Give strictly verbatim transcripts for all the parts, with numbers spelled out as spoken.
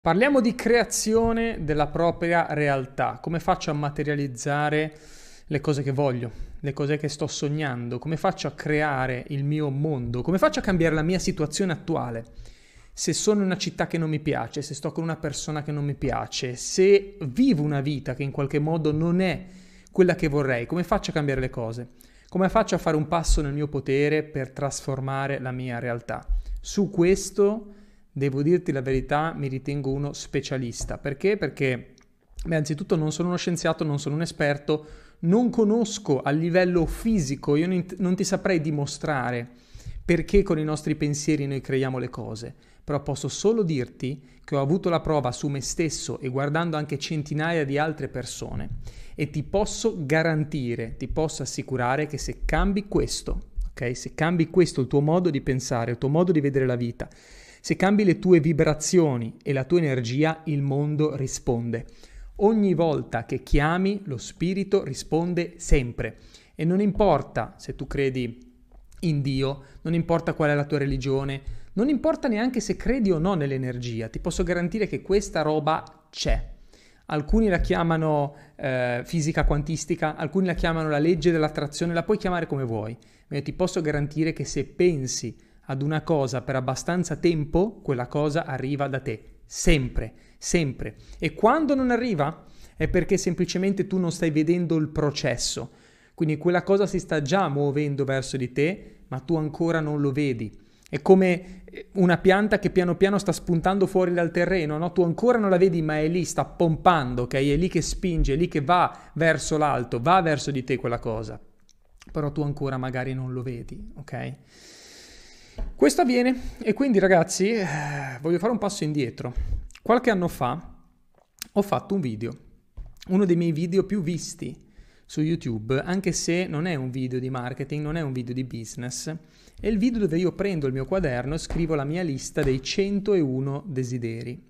Parliamo di creazione della propria realtà. Come faccio a materializzare le cose che voglio, le cose che sto sognando? Come faccio a creare il mio mondo? Come faccio a cambiare la mia situazione attuale? Se sono in una città che non mi piace, se sto con una persona che non mi piace, se vivo una vita che in qualche modo non è quella che vorrei, come faccio a cambiare le cose? Come faccio a fare un passo nel mio potere per trasformare la mia realtà? Su questo, devo dirti la verità, mi ritengo uno specialista. Perché? Perché, beh, anzitutto non sono uno scienziato, non sono un esperto, non conosco a livello fisico, io non ti saprei dimostrare perché con i nostri pensieri noi creiamo le cose, però posso solo dirti che ho avuto la prova su me stesso e guardando anche centinaia di altre persone e ti posso garantire, ti posso assicurare che se cambi questo, ok? Se cambi questo, il tuo modo di pensare, il tuo modo di vedere la vita, se cambi le tue vibrazioni e la tua energia, il mondo risponde. Ogni volta che chiami, lo spirito risponde sempre. E non importa se tu credi in Dio, non importa qual è la tua religione, non importa neanche se credi o no nell'energia, ti posso garantire che questa roba c'è. Alcuni la chiamano eh, fisica quantistica, alcuni la chiamano la legge dell'attrazione, la puoi chiamare come vuoi, ma io ti posso garantire che se pensi ad una cosa per abbastanza tempo, quella cosa arriva da te, sempre, sempre. E quando non arriva è perché semplicemente tu non stai vedendo il processo. Quindi quella cosa si sta già muovendo verso di te, ma tu ancora non lo vedi. È come una pianta che piano piano sta spuntando fuori dal terreno, no? Tu ancora non la vedi, ma è lì, sta pompando, ok? È lì che spinge, è lì che va verso l'alto, va verso di te quella cosa. Però tu ancora magari non lo vedi, ok? Questo avviene e quindi ragazzi eh, voglio fare un passo indietro. Qualche anno fa ho fatto un video, uno dei miei video più visti su YouTube, anche se non è un video di marketing, non è un video di business, è il video dove io prendo il mio quaderno e scrivo la mia lista dei centouno desideri.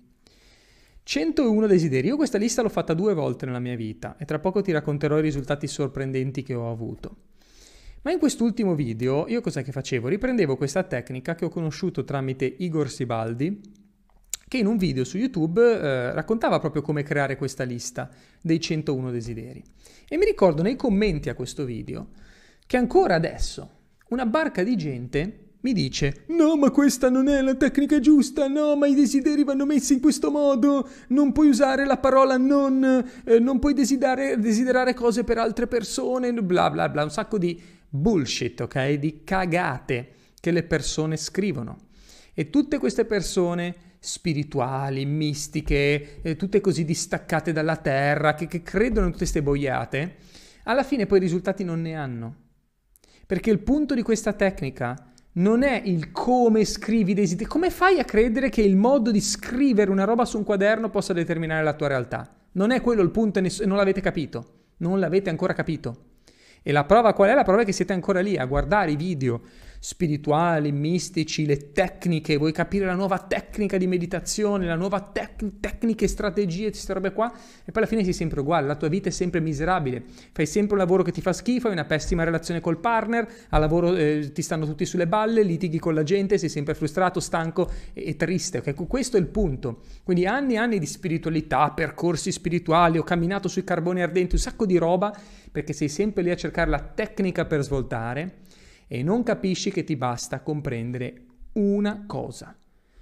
centouno desideri, io questa lista l'ho fatta due volte nella mia vita e tra poco ti racconterò i risultati sorprendenti che ho avuto. Ma in quest'ultimo video io cos'è che facevo? Riprendevo questa tecnica che ho conosciuto tramite Igor Sibaldi, che in un video su YouTube eh, raccontava proprio come creare questa lista dei centouno desideri. E mi ricordo nei commenti a questo video che ancora adesso una barca di gente mi dice: no, ma questa non è la tecnica giusta, no, ma i desideri vanno messi in questo modo, non puoi usare la parola non, eh, non puoi desiderare, desiderare cose per altre persone, bla bla bla, un sacco di bullshit, ok? Di cagate che le persone scrivono. E tutte queste persone spirituali, mistiche, eh, tutte così distaccate dalla terra, che, che credono in tutte queste boiate, alla fine poi i risultati non ne hanno. Perché il punto di questa tecnica non è il come scrivi i desideri. Come fai a credere che il modo di scrivere una roba su un quaderno possa determinare la tua realtà? Non è quello il punto e ness- non l'avete capito. Non l'avete ancora capito. E la prova qual è? La prova è che siete ancora lì a guardare i video spirituali, mistici, le tecniche, vuoi capire la nuova tecnica di meditazione, la nuova tec- tecniche, strategie, queste robe qua, e poi alla fine sei sempre uguale, la tua vita è sempre miserabile, fai sempre un lavoro che ti fa schifo, hai una pessima relazione col partner, al lavoro eh, ti stanno tutti sulle balle, litighi con la gente, sei sempre frustrato, stanco e, e triste, ok? Questo è il punto. Quindi anni e anni di spiritualità, percorsi spirituali, ho camminato sui carboni ardenti, un sacco di roba, perché sei sempre lì a cercare la tecnica per svoltare e non capisci che ti basta comprendere una cosa,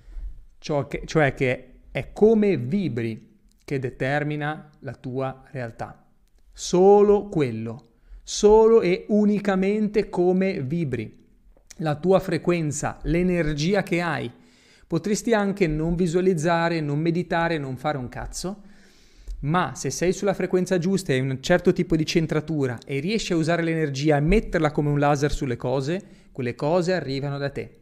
cioè che, cioè che è come vibri che determina la tua realtà. Solo quello, solo e unicamente come vibri, la tua frequenza, l'energia che hai. Potresti anche non visualizzare, non meditare, non fare un cazzo, ma se sei sulla frequenza giusta e hai un certo tipo di centratura e riesci a usare l'energia e metterla come un laser sulle cose, quelle cose arrivano da te.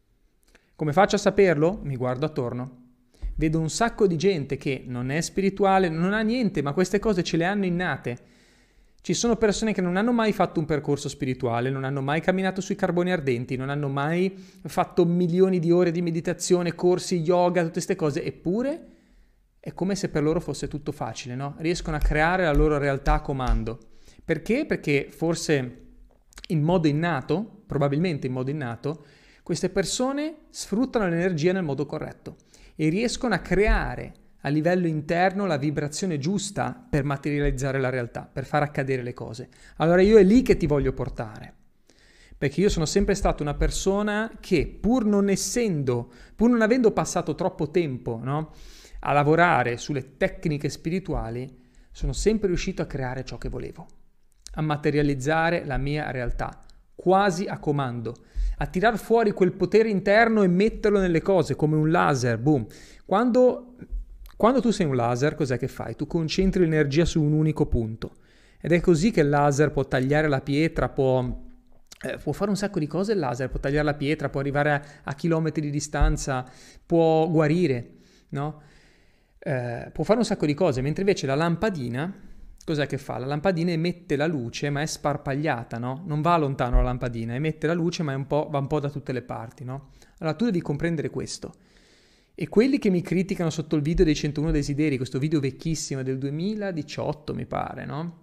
Come faccio a saperlo? Mi guardo attorno. Vedo un sacco di gente che non è spirituale, non ha niente, ma queste cose ce le hanno innate. Ci sono persone che non hanno mai fatto un percorso spirituale, non hanno mai camminato sui carboni ardenti, non hanno mai fatto milioni di ore di meditazione, corsi, yoga, tutte queste cose, eppure è come se per loro fosse tutto facile, no? Riescono a creare la loro realtà a comando. Perché? Perché forse in modo innato, probabilmente in modo innato, queste persone sfruttano l'energia nel modo corretto e riescono a creare a livello interno la vibrazione giusta per materializzare la realtà, per far accadere le cose. Allora io è lì che ti voglio portare, perché io sono sempre stata una persona che pur non essendo, pur non avendo passato troppo tempo, no, a lavorare sulle tecniche spirituali, sono sempre riuscito a creare ciò che volevo, a materializzare la mia realtà, quasi a comando, a tirar fuori quel potere interno e metterlo nelle cose come un laser, boom. Quando, quando tu sei un laser, cos'è che fai? Tu concentri l'energia su un unico punto ed è così che il laser può tagliare la pietra, può, eh, può fare un sacco di cose il laser, può tagliare la pietra, può arrivare a, a chilometri di distanza, può guarire, no? Eh, può fare un sacco di cose, mentre invece la lampadina, cos'è che fa? La lampadina emette la luce, ma è sparpagliata, no? Non va lontano la lampadina, emette la luce, ma è un po', va un po' da tutte le parti, no? Allora tu devi comprendere questo. E quelli che mi criticano sotto il video dei centouno desideri, questo video vecchissimo del duemiladiciotto, mi pare, no?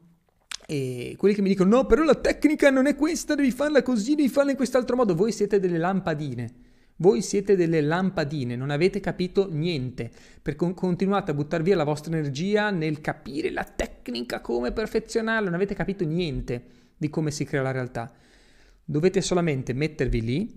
E quelli che mi dicono, no, però la tecnica non è questa, devi farla così, devi farla in quest'altro modo. Voi siete delle lampadine. Voi siete delle lampadine, non avete capito niente, perché continuate a buttare via la vostra energia nel capire la tecnica, come perfezionarla, non avete capito niente di come si crea la realtà. Dovete solamente mettervi lì,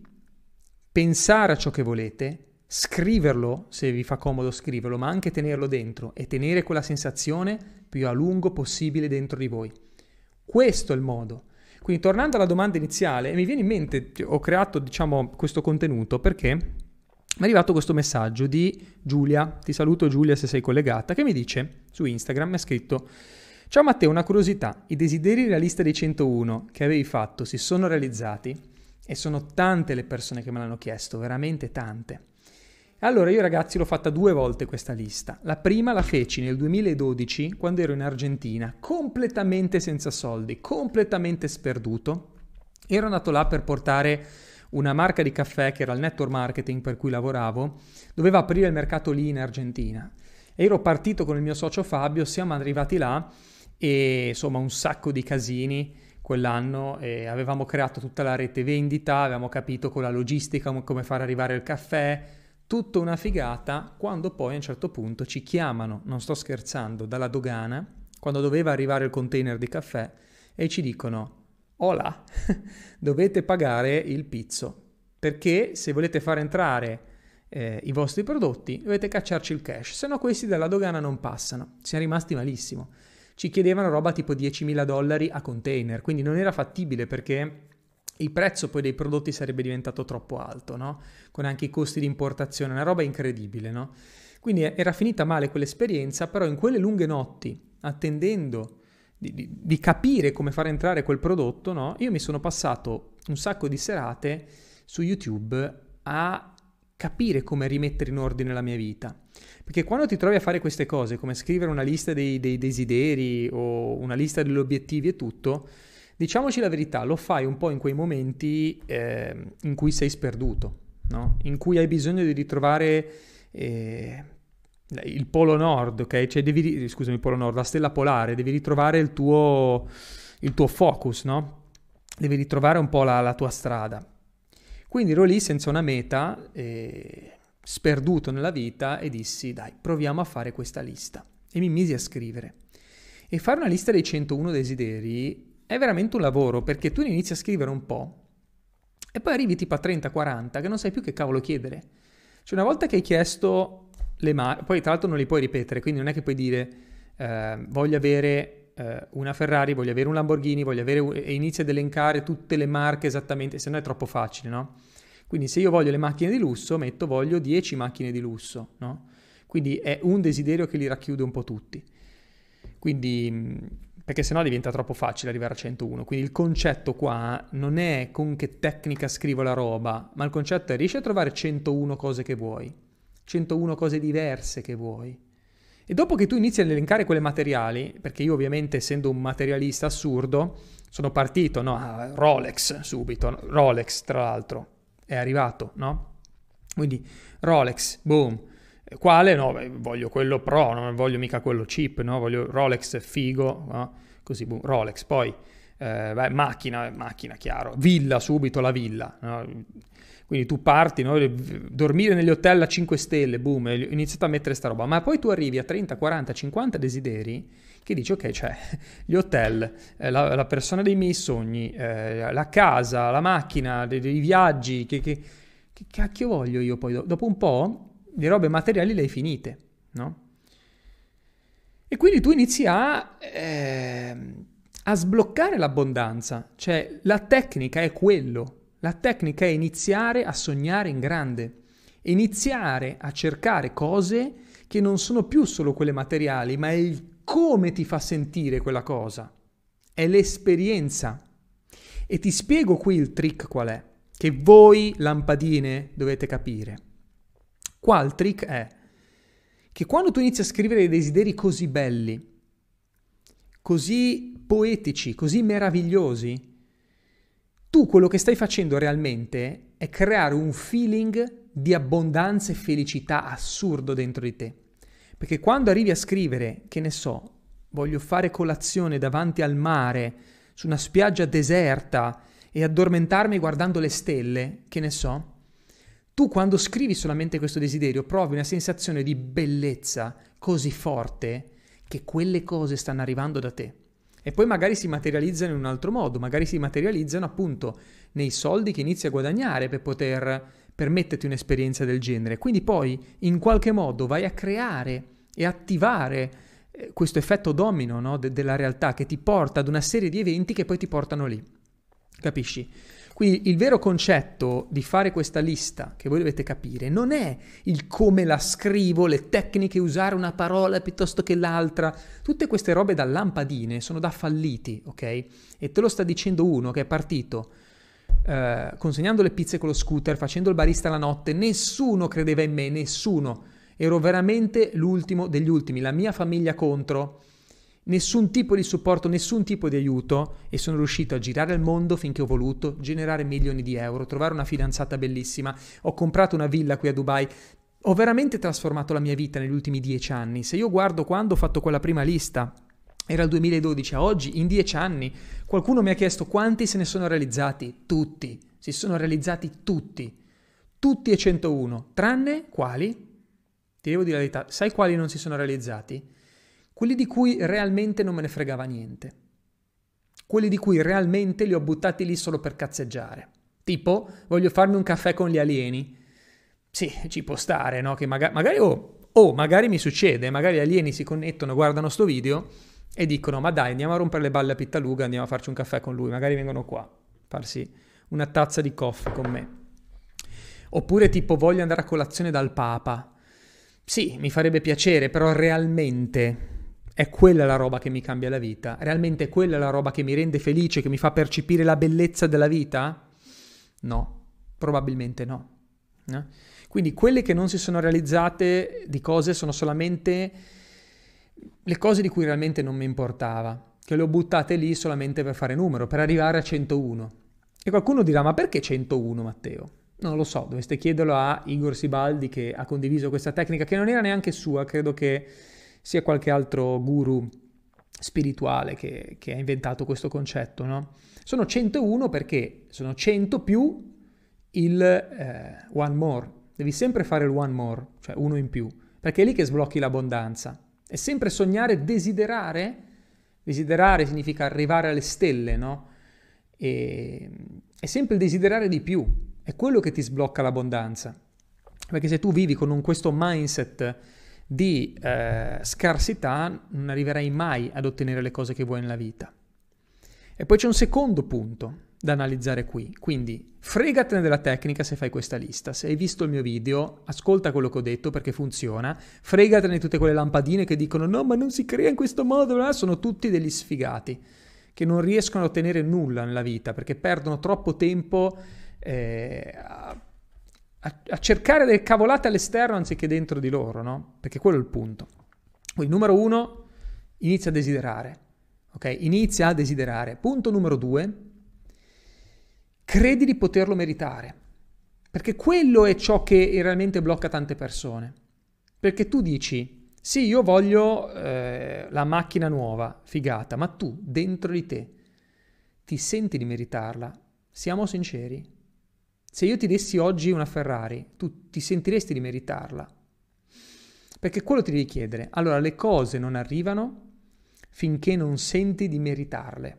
pensare a ciò che volete, scriverlo, se vi fa comodo scriverlo, ma anche tenerlo dentro e tenere quella sensazione più a lungo possibile dentro di voi. Questo è il modo. Quindi tornando alla domanda iniziale, mi viene in mente, ho creato diciamo questo contenuto perché mi è arrivato questo messaggio di Giulia, ti saluto Giulia se sei collegata, che mi dice su Instagram, mi ha scritto: ciao Matteo, una curiosità, i desideri della lista dei centouno che avevi fatto si sono realizzati? E sono tante le persone che me l'hanno chiesto, veramente tante. Allora io ragazzi l'ho fatta due volte questa lista. La prima la feci nel duemiladodici quando ero in Argentina, completamente senza soldi, completamente sperduto. Ero andato là per portare una marca di caffè che era il network marketing per cui lavoravo, doveva aprire il mercato lì in Argentina. E ero partito con il mio socio Fabio, siamo arrivati là e insomma un sacco di casini quell'anno e avevamo creato tutta la rete vendita, avevamo capito con la logistica come far arrivare il caffè, tutta una figata, quando poi a un certo punto ci chiamano, non sto scherzando, dalla dogana, quando doveva arrivare il container di caffè e ci dicono: hola, dovete pagare il pizzo, perché se volete far entrare eh, i vostri prodotti dovete cacciarci il cash, se no questi dalla dogana non passano. Siamo rimasti malissimo. Ci chiedevano roba tipo diecimila dollari a container, quindi non era fattibile perché il prezzo poi dei prodotti sarebbe diventato troppo alto, no? Con anche i costi di importazione, una roba incredibile, no? Quindi era finita male quell'esperienza, però in quelle lunghe notti, attendendo di, di, di capire come far entrare quel prodotto, no? Io mi sono passato un sacco di serate su YouTube a capire come rimettere in ordine la mia vita. Perché quando ti trovi a fare queste cose, come scrivere una lista dei, dei desideri o una lista degli obiettivi e tutto, diciamoci la verità, lo fai un po' in quei momenti eh, in cui sei sperduto, no? In cui hai bisogno di ritrovare eh, il polo nord, ok? Cioè devi, scusami, il polo nord, la stella polare, devi ritrovare il tuo, il tuo focus, no? Devi ritrovare un po' la, la tua strada. Quindi ero lì senza una meta, eh, sperduto nella vita e dissi, dai, proviamo a fare questa lista. E mi misi a scrivere. E fare una lista dei centouno desideri è veramente un lavoro, perché tu inizi a scrivere un po' e poi arrivi tipo a trenta quaranta che non sai più che cavolo chiedere. Cioè una volta che hai chiesto le marche, poi tra l'altro non li puoi ripetere, quindi non è che puoi dire eh, voglio avere eh, una Ferrari, voglio avere un Lamborghini, voglio avere un... e inizi ad elencare tutte le marche esattamente, se no è troppo facile, no? Quindi se io voglio le macchine di lusso, metto voglio dieci macchine di lusso, no? Quindi è un desiderio che li racchiude un po' tutti. Quindi... perché sennò diventa troppo facile arrivare a centouno. Quindi il concetto qua non è con che tecnica scrivo la roba, ma il concetto è riesci a trovare centouno cose che vuoi, centouno cose diverse che vuoi. E dopo che tu inizi ad elencare quelle materiali, perché io ovviamente essendo un materialista assurdo, sono partito, no? Rolex subito, Rolex tra l'altro, è arrivato, no? Quindi Rolex, boom. Quale? No, beh, voglio quello pro, non voglio mica quello cheap, no? Voglio Rolex figo, no? Così, boom, Rolex. Poi, eh, beh, macchina, macchina, chiaro. Villa, subito la villa, no? Quindi tu parti, no? Dormire negli hotel a cinque stelle, boom, hai iniziato a mettere sta roba, ma poi tu arrivi a trenta, quaranta, cinquanta desideri che dici ok, cioè gli hotel, eh, la, la persona dei miei sogni, eh, la casa, la macchina, dei, dei viaggi, che, che, che cacchio voglio io poi? Dopo un po' le robe materiali le hai finite, no? E quindi tu inizi a, eh, a sbloccare l'abbondanza, cioè la tecnica è quello. La tecnica è iniziare a sognare in grande, iniziare a cercare cose che non sono più solo quelle materiali, ma è il come ti fa sentire quella cosa, è l'esperienza. E ti spiego qui il trick qual è, che voi lampadine dovete capire. Qua il trick è che quando tu inizi a scrivere dei desideri così belli, così poetici, così meravigliosi, tu quello che stai facendo realmente è creare un feeling di abbondanza e felicità assurdo dentro di te. Perché quando arrivi a scrivere, che ne so, voglio fare colazione davanti al mare, su una spiaggia deserta e addormentarmi guardando le stelle, che ne so, tu quando scrivi solamente questo desiderio provi una sensazione di bellezza così forte che quelle cose stanno arrivando da te. E poi magari si materializzano in un altro modo, magari si materializzano appunto nei soldi che inizi a guadagnare per poter permetterti un'esperienza del genere. Quindi poi in qualche modo vai a creare e attivare eh, questo effetto domino, no? De- della realtà che ti porta ad una serie di eventi che poi ti portano lì. Capisci? Quindi il vero concetto di fare questa lista che voi dovete capire non è il come la scrivo, le tecniche, usare una parola piuttosto che l'altra. Tutte queste robe da lampadine sono da falliti, ok? E te lo sta dicendo uno che è partito eh, consegnando le pizze con lo scooter, facendo il barista la notte. Nessuno credeva in me, nessuno. Ero veramente l'ultimo degli ultimi, la mia famiglia contro. Nessun tipo di supporto, nessun tipo di aiuto e sono riuscito a girare il mondo finché ho voluto, generare milioni di euro, trovare una fidanzata bellissima, ho comprato una villa qui a Dubai, ho veramente trasformato la mia vita negli ultimi dieci anni. Se io guardo quando ho fatto quella prima lista, era il duemiladodici, a oggi, in dieci anni, qualcuno mi ha chiesto quanti se ne sono realizzati? Tutti, si sono realizzati tutti, tutti e centouno, tranne quali? Ti devo dire la verità, sai quali non si sono realizzati? Quelli di cui realmente non me ne fregava niente. Quelli di cui realmente li ho buttati lì solo per cazzeggiare. Tipo, voglio farmi un caffè con gli alieni. Sì, ci può stare, no? Che magari, magari oh, oh, magari mi succede, magari gli alieni si connettono, guardano sto video e dicono, ma dai, andiamo a rompere le balle a Pittaluga, andiamo a farci un caffè con lui, magari vengono qua a farsi una tazza di coffee con me. Oppure tipo, voglio andare a colazione dal Papa. Sì, mi farebbe piacere, però realmente è quella la roba che mi cambia la vita? Realmente è quella la roba che mi rende felice, che mi fa percepire la bellezza della vita? No, probabilmente no. Eh? Quindi quelle che non si sono realizzate di cose sono solamente le cose di cui realmente non mi importava, che le ho buttate lì solamente per fare numero, per arrivare a centouno. E qualcuno dirà, ma perché centouno, Matteo? Non lo so, dovreste chiederlo a Igor Sibaldi che ha condiviso questa tecnica, che non era neanche sua, credo che sia qualche altro guru spirituale che, che ha inventato questo concetto, no? Sono centouno perché sono cento più il eh, one more. Devi sempre fare il one more, cioè uno in più, perché è lì che sblocchi l'abbondanza. È sempre sognare, desiderare. Desiderare significa arrivare alle stelle, no? E, è sempre il desiderare di più. È quello che ti sblocca l'abbondanza. Perché se tu vivi con un, questo mindset di eh, scarsità, non arriverai mai ad ottenere le cose che vuoi nella vita. E poi c'è un secondo punto da analizzare qui. Quindi fregatene della tecnica se fai questa lista. Se hai visto il mio video, ascolta quello che ho detto perché funziona. Fregatene di tutte quelle lampadine che dicono no, ma non si crea in questo modo. Sono tutti degli sfigati che non riescono a ottenere nulla nella vita perché perdono troppo tempo eh, a a cercare delle cavolate all'esterno anziché dentro di loro, no? Perché quello è il punto. Quindi numero uno, inizia a desiderare, ok? Inizia a desiderare. Punto numero due, credi di poterlo meritare, perché quello è ciò che realmente blocca tante persone. Perché tu dici, sì, io voglio eh, la macchina nuova, figata, ma tu, dentro di te, ti senti di meritarla? Siamo sinceri? Se io ti dessi oggi una Ferrari, tu ti sentiresti di meritarla? Perché quello ti devi chiedere. Allora, le cose non arrivano finché non senti di meritarle.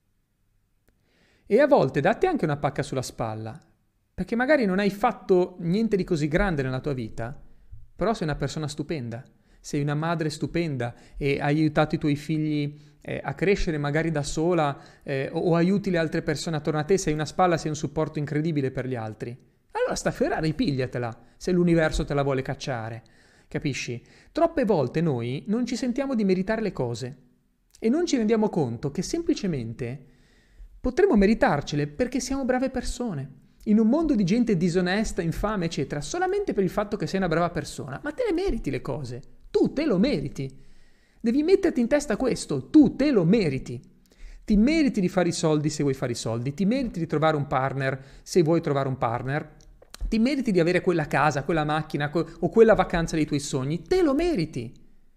E a volte datti anche una pacca sulla spalla, perché magari non hai fatto niente di così grande nella tua vita, però sei una persona stupenda, sei una madre stupenda e hai aiutato i tuoi figli eh, a crescere magari da sola eh, o, o aiuti le altre persone attorno a te, sei una spalla, sei un supporto incredibile per gli altri. Allora sta Ferrari pigliatela, se l'universo te la vuole cacciare, capisci? Troppe volte noi non ci sentiamo di meritare le cose e non ci rendiamo conto che semplicemente potremmo meritarcele perché siamo brave persone. In un mondo di gente disonesta, infame, eccetera, solamente per il fatto che sei una brava persona, ma te le meriti le cose. Tu te lo meriti. Devi metterti in testa questo, tu te lo meriti. Ti meriti di fare i soldi se vuoi fare i soldi, ti meriti di trovare un partner se vuoi trovare un partner, ti meriti di avere quella casa, quella macchina o quella vacanza dei tuoi sogni, te lo meriti.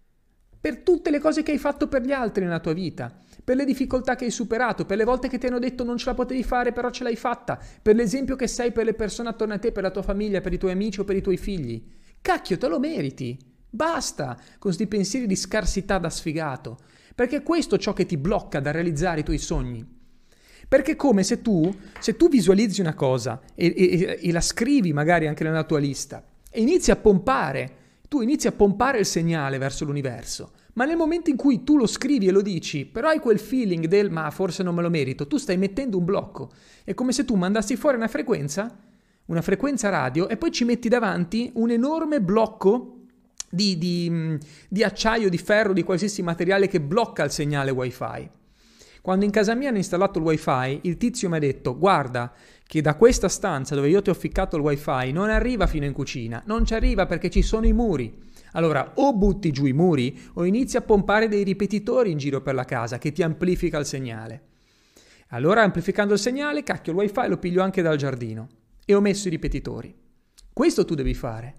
Per tutte le cose che hai fatto per gli altri nella tua vita, per le difficoltà che hai superato, per le volte che ti hanno detto non ce la potevi fare però ce l'hai fatta, per l'esempio che sei per le persone attorno a te, per la tua famiglia, per i tuoi amici o per i tuoi figli. Cacchio, te lo meriti. Basta con questi pensieri di scarsità da sfigato, perché questo è ciò che ti blocca da realizzare i tuoi sogni. Perché è come se tu, se tu visualizzi una cosa e, e, e la scrivi magari anche nella tua lista e inizi a pompare, tu inizi a pompare il segnale verso l'universo, ma nel momento in cui tu lo scrivi e lo dici, però hai quel feeling del ma forse non me lo merito, tu stai mettendo un blocco. È come se tu mandassi fuori una frequenza, una frequenza radio, e poi ci metti davanti un enorme blocco Di, di, di acciaio, di ferro, di qualsiasi materiale che blocca il segnale wifi. Quando in casa mia hanno installato il wifi, il tizio mi ha detto guarda che da questa stanza dove io ti ho ficcato il wifi non arriva fino in cucina, non ci arriva perché ci sono i muri. Allora o butti giù i muri o inizi a pompare dei ripetitori in giro per la casa che ti amplifica il segnale. Allora amplificando il segnale, cacchio, il wifi lo piglio anche dal giardino e ho messo i ripetitori. Questo tu devi fare.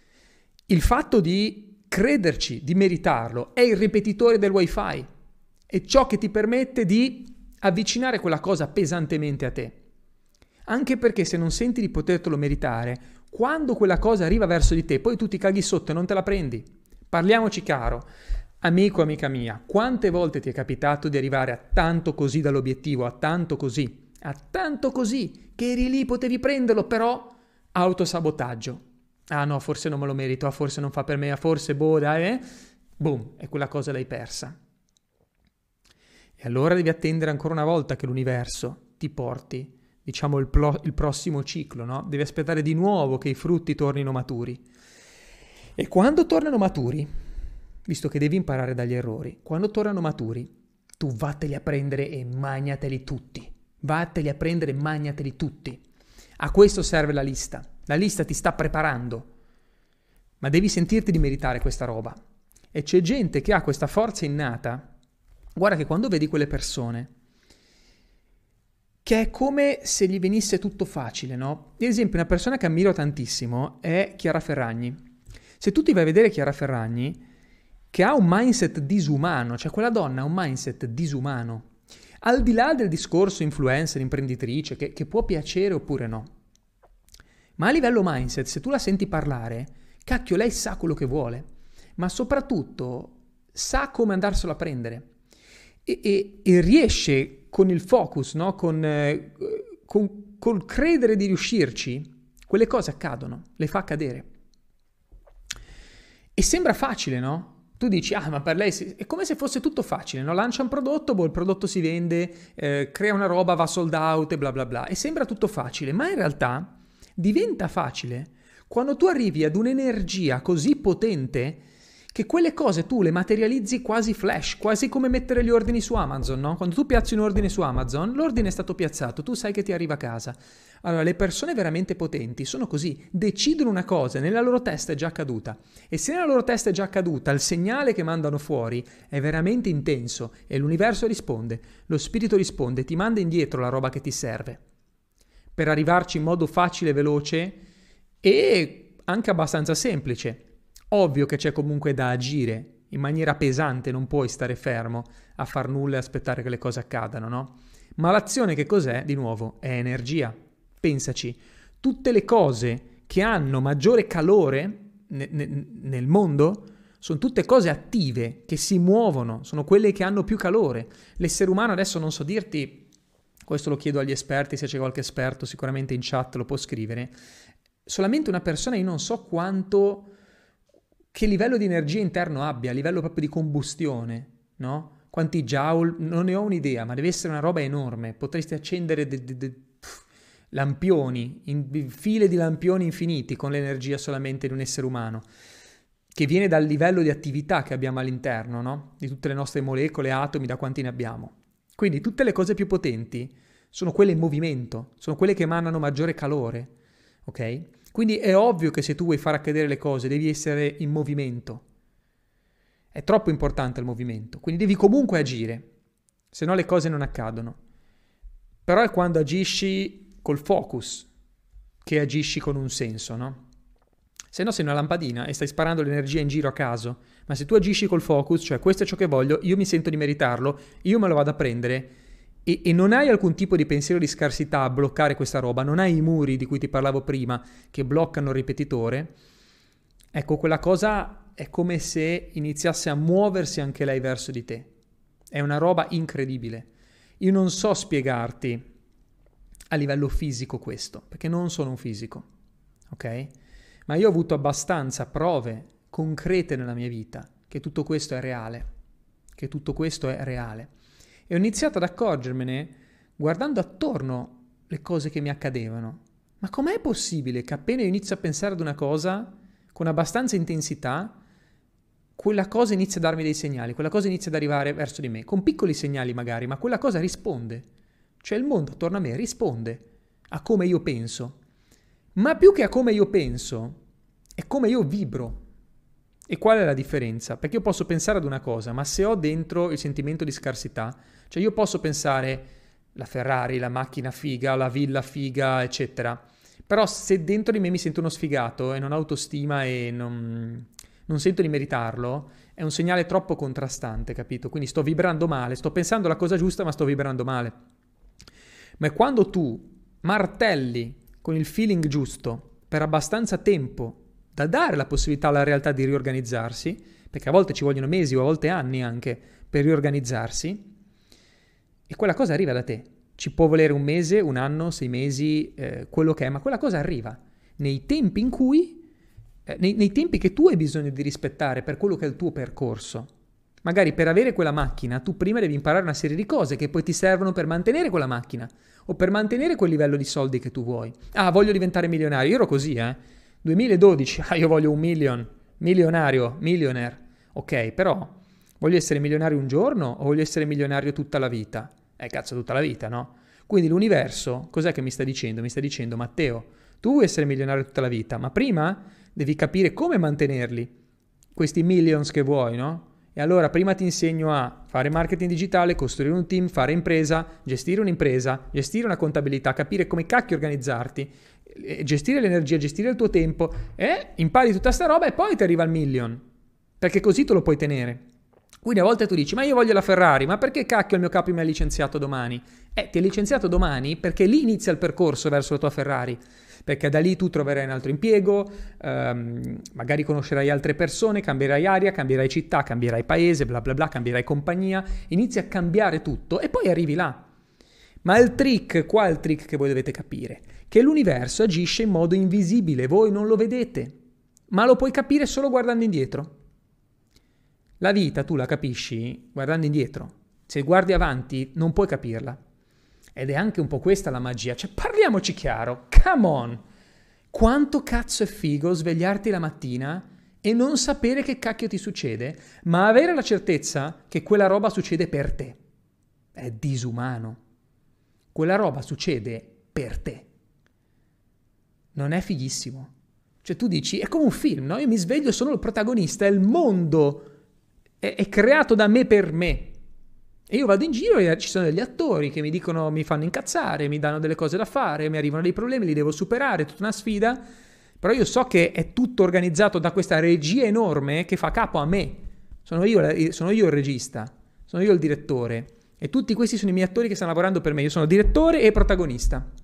Il fatto di crederci, di meritarlo, è il ripetitore del wifi. È ciò che ti permette di avvicinare quella cosa pesantemente a te. Anche perché se non senti di potertelo meritare, quando quella cosa arriva verso di te, poi tu ti caghi sotto e non te la prendi. Parliamoci caro. Amico, amica mia, quante volte ti è capitato di arrivare a tanto così dall'obiettivo, a tanto così, a tanto così, che eri lì, potevi prenderlo, però autosabotaggio. Ah no, forse non me lo merito, ah, forse non fa per me, ah, forse boh, dai, eh? Boom, e quella cosa l'hai persa. E allora devi attendere ancora una volta che l'universo ti porti, diciamo, il, plo- il prossimo ciclo, no? Devi aspettare di nuovo che i frutti tornino maturi. E quando tornano maturi, visto che devi imparare dagli errori, quando tornano maturi, tu vatteli a prendere e magnateli tutti. Vatteli a prendere e magnateli tutti. A questo serve la lista. La lista ti sta preparando, ma devi sentirti di meritare questa roba. E c'è gente che ha questa forza innata. Guarda che quando vedi quelle persone, che è come se gli venisse tutto facile, no? Ad esempio, una persona che ammiro tantissimo è Chiara Ferragni. Se tu ti vai a vedere Chiara Ferragni, che ha un mindset disumano, cioè quella donna ha un mindset disumano, al di là del discorso influencer, imprenditrice, che, che può piacere oppure no. Ma a livello mindset, se tu la senti parlare, cacchio, lei sa quello che vuole, ma soprattutto sa come andarselo a prendere. E, e, e riesce con il focus, no? con, eh, con, col credere di riuscirci, quelle cose accadono, le fa accadere. E sembra facile, no? Tu dici, ah, ma per lei è come se fosse tutto facile, no? Lancia un prodotto, boh, il prodotto si vende, eh, crea una roba, va sold out e bla bla bla. E sembra tutto facile, ma in realtà diventa facile quando tu arrivi ad un'energia così potente che quelle cose tu le materializzi quasi flash, quasi come mettere gli ordini su Amazon, no? Quando tu piazzi un ordine su Amazon, l'ordine è stato piazzato, tu sai che ti arriva a casa. Allora, le persone veramente potenti sono così, decidono una cosa e nella loro testa è già accaduta. E se nella loro testa è già accaduta, il segnale che mandano fuori è veramente intenso e l'universo risponde, lo spirito risponde, ti manda indietro la roba che ti serve per arrivarci in modo facile, veloce e anche abbastanza semplice. Ovvio che c'è comunque da agire in maniera pesante, non puoi stare fermo a far nulla e aspettare che le cose accadano, no? Ma l'azione che cos'è? Di nuovo, è energia. Pensaci, Tutte le cose che hanno maggiore calore ne, ne, nel mondo sono tutte cose attive, che si muovono, sono quelle che hanno più calore. L'essere umano, adesso non so dirti, questo lo chiedo agli esperti, se c'è qualche esperto sicuramente in chat lo può scrivere, solamente una persona, io non so quanto, che livello di energia interno abbia, a livello proprio di combustione, no? Quanti joule, non ne ho un'idea, ma deve essere una roba enorme, potresti accendere de, de, de, pff, lampioni, in, file di lampioni infiniti con l'energia solamente di un essere umano, che viene dal livello di attività che abbiamo all'interno, no? Di tutte le nostre molecole, atomi, da quanti ne abbiamo. Quindi tutte le cose più potenti sono quelle in movimento, sono quelle che emanano maggiore calore, ok? Quindi è ovvio che se tu vuoi far accadere le cose devi essere in movimento. È troppo importante il movimento, quindi devi comunque agire, se no le cose non accadono. Però è quando agisci col focus che agisci con un senso, no? Se no sei una lampadina e stai sparando l'energia in giro a caso. Ma se tu agisci col focus, cioè questo è ciò che voglio, io mi sento di meritarlo, io me lo vado a prendere, e, e non hai alcun tipo di pensiero di scarsità a bloccare questa roba, non hai i muri di cui ti parlavo prima che bloccano il ripetitore, ecco, quella cosa è come se iniziasse a muoversi anche lei verso di te. È una roba incredibile. Io non so spiegarti a livello fisico questo, perché non sono un fisico, ok? Ma io ho avuto abbastanza prove concrete nella mia vita che tutto questo è reale, che tutto questo è reale. E ho iniziato ad accorgermene guardando attorno le cose che mi accadevano. Ma com'è possibile che appena io inizio a pensare ad una cosa con abbastanza intensità, quella cosa inizia a darmi dei segnali, quella cosa inizia ad arrivare verso di me, con piccoli segnali magari, ma quella cosa risponde. Cioè il mondo attorno a me risponde a come io penso. Ma più che a come io penso, è come io vibro. E qual è la differenza? Perché io posso pensare ad una cosa, ma se ho dentro il sentimento di scarsità, cioè io posso pensare la Ferrari, la macchina figa, la villa figa, eccetera. Però se dentro di me mi sento uno sfigato e non ho autostima e non, non sento di meritarlo, è un segnale troppo contrastante, capito? Quindi sto vibrando male, sto pensando la cosa giusta, ma sto vibrando male. Ma è quando tu martelli con il feeling giusto per abbastanza tempo da dare la possibilità alla realtà di riorganizzarsi, perché a volte ci vogliono mesi o a volte anni anche per riorganizzarsi, e quella cosa arriva da te. Ci può volere un mese, un anno, sei mesi, eh, quello che è, ma quella cosa arriva nei tempi in cui, eh, nei, nei tempi che tu hai bisogno di rispettare per quello che è il tuo percorso. Magari per avere quella macchina tu prima devi imparare una serie di cose che poi ti servono per mantenere quella macchina o per mantenere quel livello di soldi che tu vuoi. Ah, voglio diventare milionario. Io ero così, eh. duemiladodici, ah, io voglio un million, milionario, millionaire. Ok, però voglio essere milionario un giorno o voglio essere milionario tutta la vita? Eh, cazzo, tutta la vita, no? Quindi l'universo, cos'è che mi sta dicendo? Mi sta dicendo, Matteo, tu vuoi essere milionario tutta la vita, ma prima devi capire come mantenerli, questi millions che vuoi, no? E allora prima ti insegno a fare marketing digitale, costruire un team, fare impresa, gestire un'impresa, gestire una contabilità, capire come cacchio organizzarti, gestire l'energia, gestire il tuo tempo, e impari tutta sta roba e poi ti arriva il million, perché così te lo puoi tenere. Quindi a volte tu dici, ma io voglio la Ferrari, ma perché cacchio il mio capo mi ha licenziato domani? Eh, ti ha licenziato domani perché lì inizia il percorso verso la tua Ferrari, perché da lì tu troverai un altro impiego, ehm, magari conoscerai altre persone, cambierai aria, cambierai città, cambierai paese, bla bla bla, cambierai compagnia, inizi a cambiare tutto e poi arrivi là. Ma il trick, qua è il trick che voi dovete capire, che l'universo agisce in modo invisibile, voi non lo vedete, ma lo puoi capire solo guardando indietro. La vita tu la capisci guardando indietro, se guardi avanti non puoi capirla. Ed è anche un po' questa la magia, cioè parliamoci chiaro, come on! Quanto cazzo è figo svegliarti la mattina e non sapere che cacchio ti succede, ma avere la certezza che quella roba succede per te. È disumano. Quella roba succede per te. Non è fighissimo. Cioè tu dici, è come un film, no? Io mi sveglio, sono il protagonista, è il mondo, è, è creato da me per me. E io vado in giro e ci sono degli attori che mi dicono, mi fanno incazzare, mi danno delle cose da fare, mi arrivano dei problemi, li devo superare, è tutta una sfida, però io so che è tutto organizzato da questa regia enorme che fa capo a me. Sono io, sono io il regista, sono io il direttore, e tutti questi sono i miei attori che stanno lavorando per me, io sono direttore e protagonista.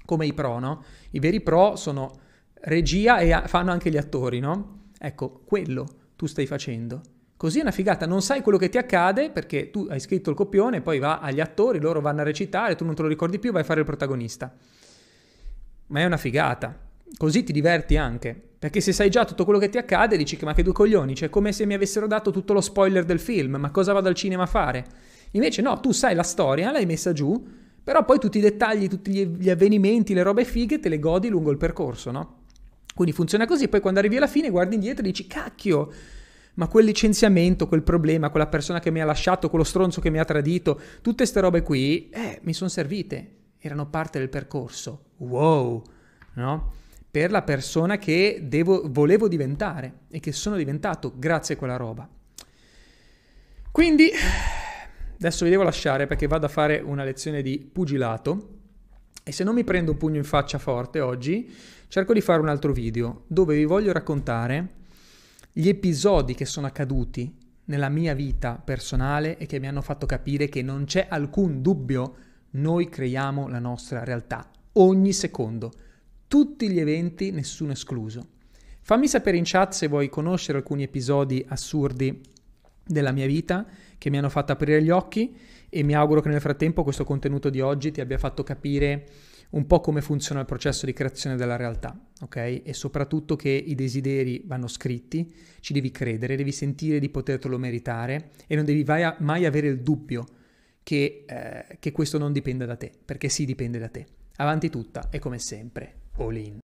come i pro, no? I veri pro sono regia e a- fanno anche gli attori, no? Ecco, quello tu stai facendo. Così è una figata, non sai quello che ti accade perché tu hai scritto il copione, poi va agli attori, loro vanno a recitare, tu non te lo ricordi più, vai a fare il protagonista. Ma è una figata. Così ti diverti anche, perché se sai già tutto quello che ti accade dici che ma che due coglioni, cioè come se mi avessero dato tutto lo spoiler del film, ma cosa vado al cinema a fare? Invece no, tu sai la storia, l'hai messa giù, però poi tutti i dettagli, tutti gli, gli avvenimenti, le robe fighe te le godi lungo il percorso, no? Quindi funziona così, poi quando arrivi alla fine guardi indietro e dici cacchio, ma quel licenziamento, quel problema, quella persona che mi ha lasciato, quello stronzo che mi ha tradito, tutte ste robe qui, eh, mi sono servite, erano parte del percorso. Wow, no? Per la persona che devo, volevo diventare e che sono diventato grazie a quella roba. Quindi adesso vi devo lasciare perché vado a fare una lezione di pugilato e se non mi prendo un pugno in faccia forte oggi cerco di fare un altro video dove vi voglio raccontare gli episodi che sono accaduti nella mia vita personale e che mi hanno fatto capire che non c'è alcun dubbio, noi creiamo la nostra realtà ogni secondo. Tutti gli eventi, nessuno escluso. Fammi sapere in chat se vuoi conoscere alcuni episodi assurdi della mia vita che mi hanno fatto aprire gli occhi e mi auguro che nel frattempo questo contenuto di oggi ti abbia fatto capire un po' come funziona il processo di creazione della realtà, ok? E soprattutto che i desideri vanno scritti, ci devi credere, devi sentire di potertelo meritare e non devi mai avere il dubbio che, eh, che questo non dipenda da te, perché sì dipende da te. Avanti tutta e come sempre. All in.